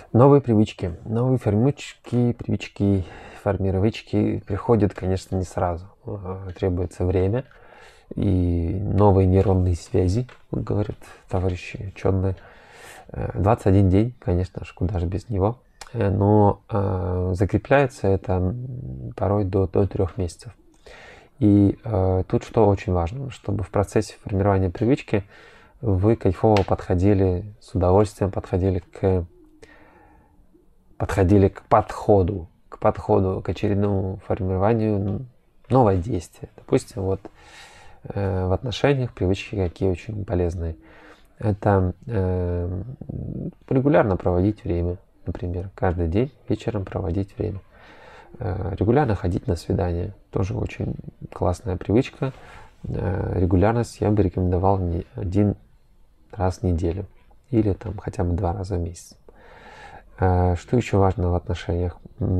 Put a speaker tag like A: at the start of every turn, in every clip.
A: Новые привычки, формировочки приходят, конечно, не сразу. Требуется время и новые нейронные связи, как говорят товарищи ученые. 21 день, конечно же, куда же без него. Но закрепляется это порой до 3 месяцев. И тут что очень важно, чтобы в процессе формирования привычки вы кайфово подходили, с удовольствием подходили к подходу, к очередному формированию нового действия. Допустим, вот в отношениях привычки какие очень полезные. Это регулярно проводить время, например, каждый день вечером проводить время. Регулярно ходить на свидания, тоже очень классная привычка. Регулярность я бы рекомендовал не 1 раз в неделю или там хотя бы 2 раза в месяц. Что еще важно в отношениях?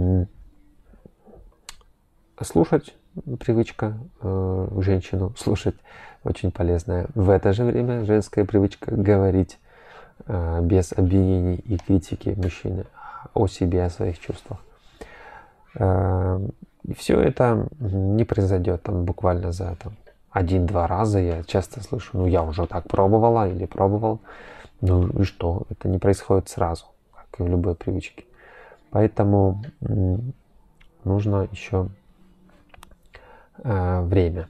A: Слушать, привычка женщину слушать очень полезная. В это же время женская привычка говорить без обвинений и критики мужчины о себе, о своих чувствах. И все это не произойдет там буквально за 1-2 раза. Я часто слышу, я уже так пробовала или пробовал. Ну и что? Это не происходит сразу, как и в любой привычке. Поэтому нужно еще время.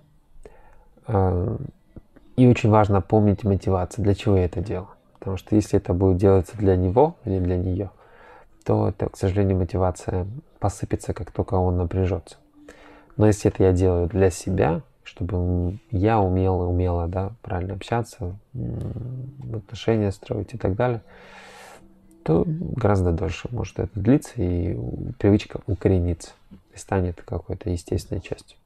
A: И очень важно помнить мотивацию, для чего я это делаю. Потому что если это будет делаться для него или для нее, то это, к сожалению, мотивация посыпется, как только он напряжется. Но если это я делаю для себя, чтобы я умела правильно общаться, отношения строить и так далее, то гораздо дольше может это длиться, и привычка укоренится и станет какой-то естественной частью.